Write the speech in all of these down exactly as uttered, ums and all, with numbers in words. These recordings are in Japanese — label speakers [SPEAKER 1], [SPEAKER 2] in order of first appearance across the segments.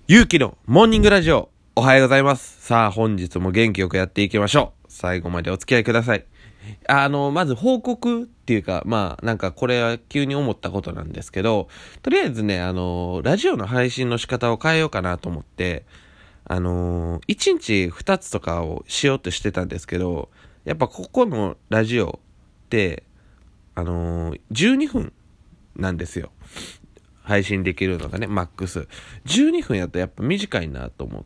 [SPEAKER 1] ゆうきのモーニングラジオ、おはようございます。さあ本日も元気よくやっていきましょう。最後までお付き合いください。あのまず報告っていうか、まあなんかこれは急に思ったことなんですけど、とりあえずね、あのラジオの配信の仕方を変えようかなと思って、あのいちにちふたつとかをしようとしてたんですけど、やっぱここのラジオってあのじゅうにふんなんですよ。配信できるのがね、マックスじゅうにふんやとやっぱ短いなと思って、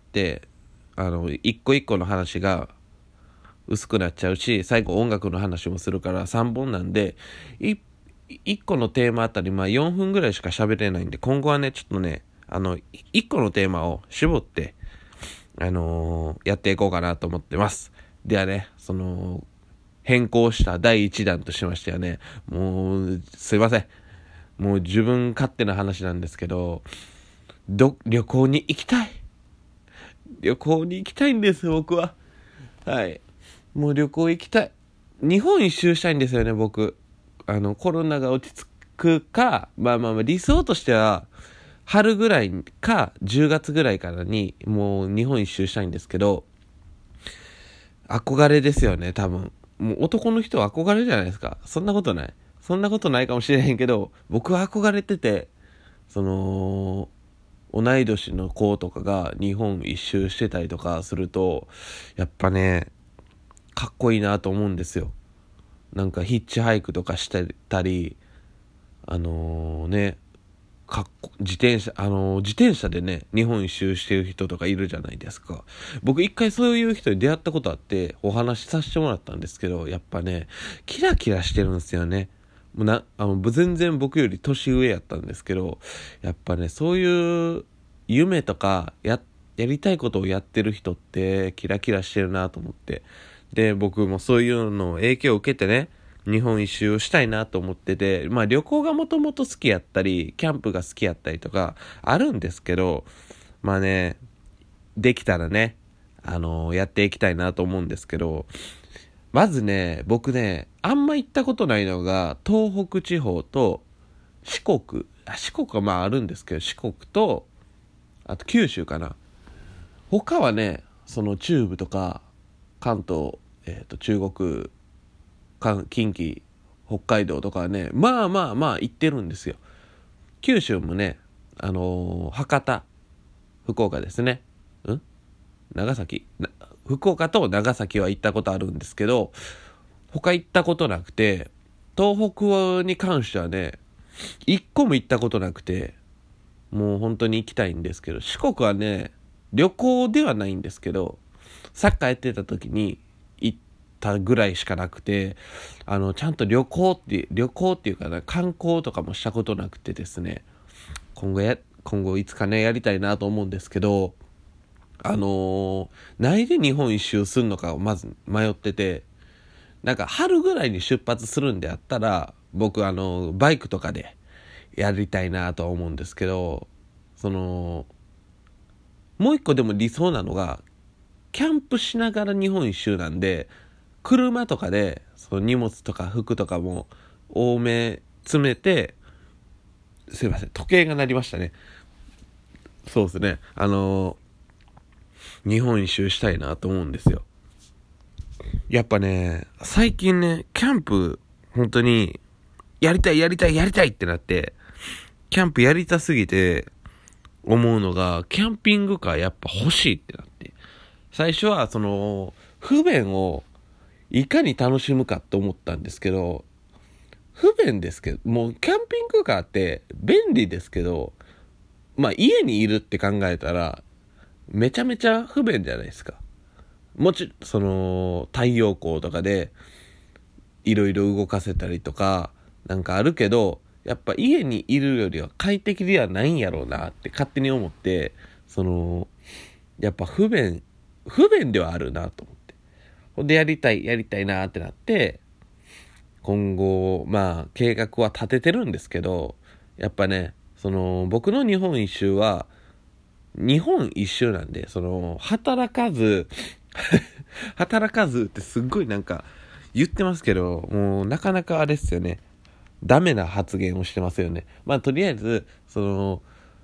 [SPEAKER 1] あの一個一個の話が薄くなっちゃうし、最後音楽の話もするからさんぼんなんで、いいっこのテーマあたりまあよんぷんぐらいしか喋れないんで、今後はねちょっとね、あのいっこのテーマを絞ってあのー、やっていこうかなと思ってます。ではね、その変更しただいいちだんとしましてはね、もうすいません、もう自分勝手な話なんですけど、ど旅行に行きたい旅行に行きたいんです僕は。はい、もう旅行行きたい。日本一周したいんですよね僕。あのコロナが落ち着くか、まあまあまあ理想としては春ぐらいかじゅうがつぐらいからにもう日本一周したいんですけど、憧れですよね多分。もう男の人は憧れじゃないですか。そんなことないそんなことないかもしれへんけど、僕は憧れてて、その同い年の子とかが日本一周してたりとかすると、やっぱねかっこいいなと思うんですよ。なんかヒッチハイクとかしてたり、あのー、ねかっこ自転車あのー、自転車でね日本一周してる人とかいるじゃないですか。僕一回そういう人に出会ったことあってお話しさせてもらったんですけど、やっぱねキラキラしてるんですよね。もうなあの全然僕より年上やったんですけど、やっぱねそういう夢とかややりたいことをやってる人ってキラキラしてるなと思って、で僕もそういうの影響を受けてね日本一周をしたいなと思ってて、まあ旅行がもともと好きやったりキャンプが好きやったりとかあるんですけど、まあねできたらねあのー、やっていきたいなと思うんですけど、まずね僕ねあんま行ったことないのが東北地方と四国。あ四国はまああるんですけど、四国とあと九州かな。他はねその中部とか関東、えー、と中国近畿北海道とかはねまあまあまあ行ってるんですよ。九州もねあのー、博多福岡ですね、ん長崎福岡と長崎は行ったことあるんですけど、他行ったことなくて、東北に関してはね一個も行ったことなくて、もう本当に行きたいんですけど、四国はね旅行ではないんですけどサッカーやってた時に行ったぐらいしかなくて、あのちゃんと旅行って旅行っていうかな観光とかもしたことなくてですね、今後や今後いつかねやりたいなと思うんですけど、あのー、何で日本一周するのかをまず迷ってて、なんか春ぐらいに出発するんであったら僕あのバイクとかでやりたいなとは思うんですけど、そのもう一個でも理想なのがキャンプしながら日本一周なんで、車とかでその荷物とか服とかも多め詰めて、すいません時計が鳴りましたね。そうですね、あのー、日本一周したいなと思うんですよ。やっぱね最近ねキャンプ本当にやりたいやりたいやりたいってなって、キャンプやりたすぎて思うのが、キャンピングカーやっぱ欲しいってなって、最初はその不便をいかに楽しむかって思ったんですけど、不便ですけど、もうキャンピングカーって便利ですけど、まあ家にいるって考えたらめちゃめちゃ不便じゃないですか。もちろんその太陽光とかでいろいろ動かせたりとかなんかあるけど、やっぱ家にいるよりは快適ではないんやろうなって勝手に思って、そのやっぱ不便不便ではあるなと思って、ほんでやりたいやりたいなってなって、今後まあ計画は立ててるんですけど、やっぱねその僕の日本一周は日本一周なんで、その働かず働かずってすっごいなんか言ってますけど、もうなかなかあれっすよね、ダメな発言をしてますよね。まあとりあえずその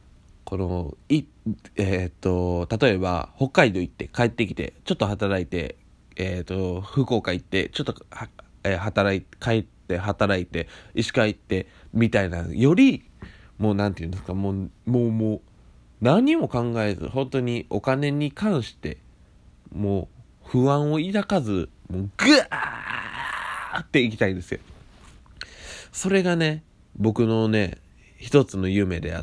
[SPEAKER 1] このいえーっと例えば北海道行って帰ってきてちょっと働いて、えーっと福岡行ってちょっとは、えー働い帰って働いて石川行ってみたいなより、もうなんていうんですか、もうもうもう何も考えず、本当にお金に関してもう不安を抱かず、もうグワーっていきたいんですよ。それがね、僕のね一つの夢であって、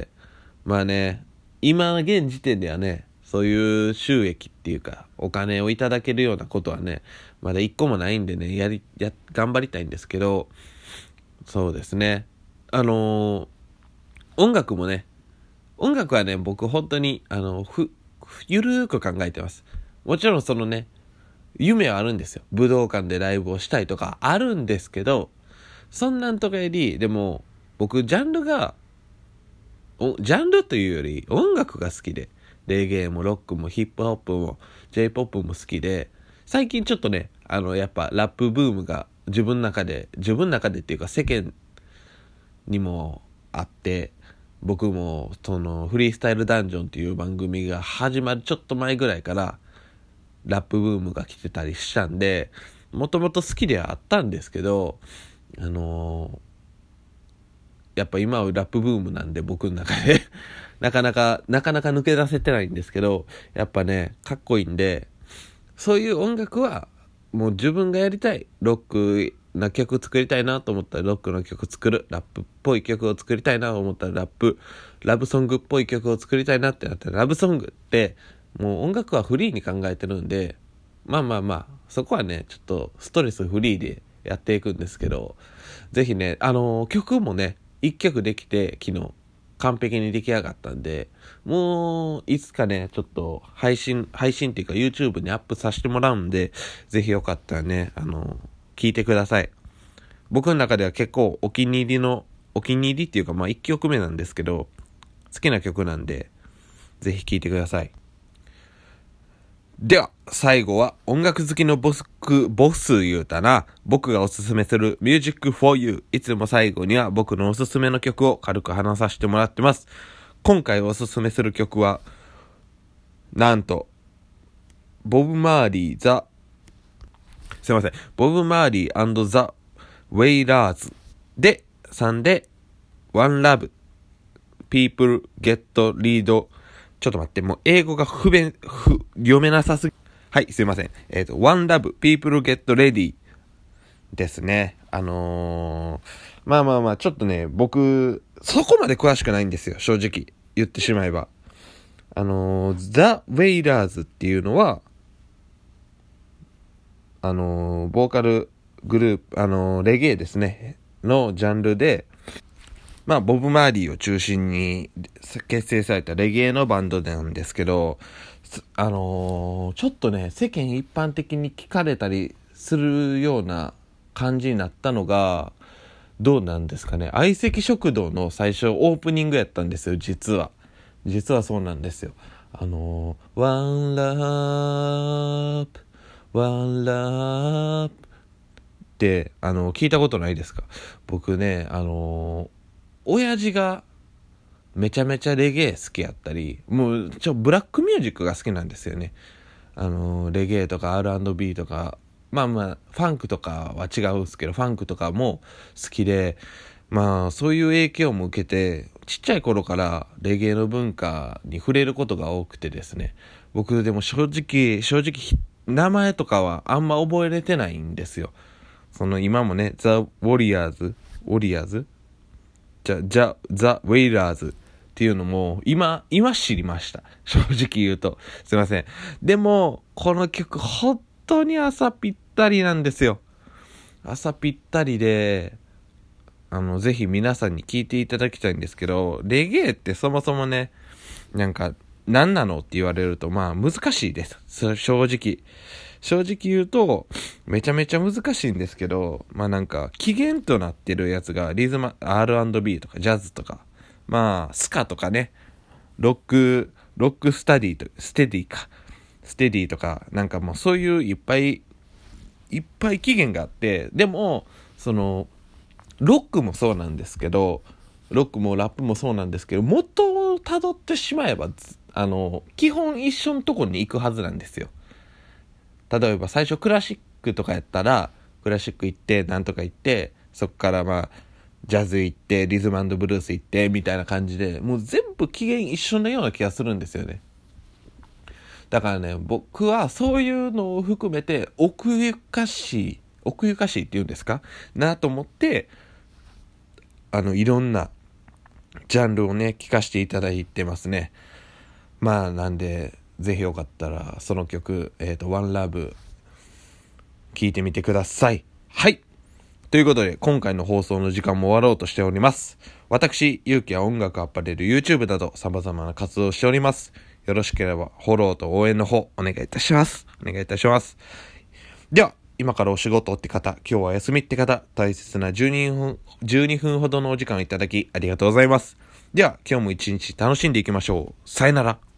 [SPEAKER 1] まあね、今現時点ではね、そういう収益っていうかお金をいただけるようなことはね、まだ一個もないんでね、やりや頑張りたいんですけど、そうですね、あのー音楽もね、音楽はね、僕本当にあのふゆるーく考えてます。もちろんそのね、夢はあるんですよ。武道館でライブをしたいとかあるんですけど、そんなんとかより、でも僕ジャンルがおジャンルというより音楽が好きで、レゲエもロックもヒップホップも J-ポップ も好きで、最近ちょっとね、あのやっぱラップブームが自分の中で自分の中でっていうか世間にもあって、僕もそのフリースタイルダンジョンっていう番組が始まるちょっと前ぐらいからラップブームが来てたりしたんで、もともと好きではあったんですけど、あのーやっぱ今はラップブームなんで僕の中でなかなかなかなか抜け出せてないんですけど、やっぱねかっこいいんで、そういう音楽はもう自分がやりたい、ロックな曲作りたいなと思ったらロックの曲作る、ラップっぽい曲を作りたいなと思ったらラップ、ラブソングっぽい曲を作りたいなってなったらラブソングって、もう音楽はフリーに考えてるんで、まあまあまあそこはねちょっとストレスフリーでやっていくんですけど、ぜひね、あのー曲もね一曲できて昨日完璧に出来上がったんで、もういつかねちょっと配信配信っていうか YouTube にアップさせてもらうんで、ぜひよかったらね、あの聞いてください。僕の中では結構お気に入りのお気に入りっていうか、まあいっきょくめなんですけど好きな曲なんで、ぜひ聴いてください。では最後は音楽好きのボスクボス言うたな、僕がおすすめする Music for You。 いつも最後には僕のおすすめの曲を軽く話させてもらってます。今回おすすめする曲はなんとボブ・マーリーザすいませんボブ・マーリー&ザ・ウェイラーズでさんで One Love People Get Read。ちょっと待って、もう英語が不便、不、読めなさすぎ。はい、すいません。えっと、One Love, People Get Ready ですね。あのー、まあまあまあ、ちょっとね、僕、そこまで詳しくないんですよ、正直。言ってしまえば。あのー、The Wailers っていうのは、あのー、ボーカルグループ、あのー、レゲエですね、のジャンルで、まあ、ボブ・マーリーを中心に結成されたレゲエのバンドなんですけど、あのー、ちょっとね、世間一般的に聞かれたりするような感じになったのが、どうなんですかね。相席食堂の最初オープニングやったんですよ、実は。実はそうなんですよ。あのー、One Love, One Love って、あのー、聞いたことないですか？僕ね、あのー、親父がめちゃめちゃレゲエ好きやったり、もうちょブラックミュージックが好きなんですよね。あのレゲエとか アールアンドビー とか、まあまあファンクとかは違うんですけど、ファンクとかも好きで、まあそういう影響も受けて、ちっちゃい頃からレゲエの文化に触れることが多くてですね、僕でも正直正直名前とかはあんま覚えれてないんですよ。その今もね、ザ・ウォリアーズウォリアーズじゃ、じゃ、ザ・ウェイラーズっていうのも、今、今知りました。正直言うと。すいません。でも、この曲、本当に朝ぴったりなんですよ。朝ぴったりで、あの、ぜひ皆さんに聞いていただきたいんですけど、レゲエってそもそもね、なんか、何なのって言われると、まあ、難しいです。正直。正直言うとめちゃめちゃ難しいんですけど、まあなんか起源となってるやつがリズム アールアンドビー とかジャズとか、まあスカとかね、ロックロックスタディとステディかステディとか、なんかもうそういういっぱいいっぱい起源があって、でもそのロックもそうなんですけど、 ロックもラップもそうなんですけど、元を辿ってしまえば、あの、基本一緒のとこに行くはずなんですよ。例えば最初クラシックとかやったら、クラシック行って、なんとか行って、そっからまあ、ジャズ行って、リズム&ブルース行って、みたいな感じで、もう全部起源一緒のような気がするんですよね。だからね、僕はそういうのを含めて、奥ゆかしい、奥ゆかしいって言うんですかなと思って、あの、いろんなジャンルをね、聞かせていただいてますね。まあ、なんで、ぜひよかったら、その曲、えっと、ワンラブ、聞いてみてください。はい。ということで、今回の放送の時間も終わろうとしております。私、ゆうきは音楽アパレル YouTube など様々な活動をしております。よろしければ、フォローと応援の方、お願いいたします。お願いいたします。では、今からお仕事って方、今日は休みって方、大切なじゅうにふん、じゅうにふんほどのお時間をいただき、ありがとうございます。では、今日も一日楽しんでいきましょう。さよなら。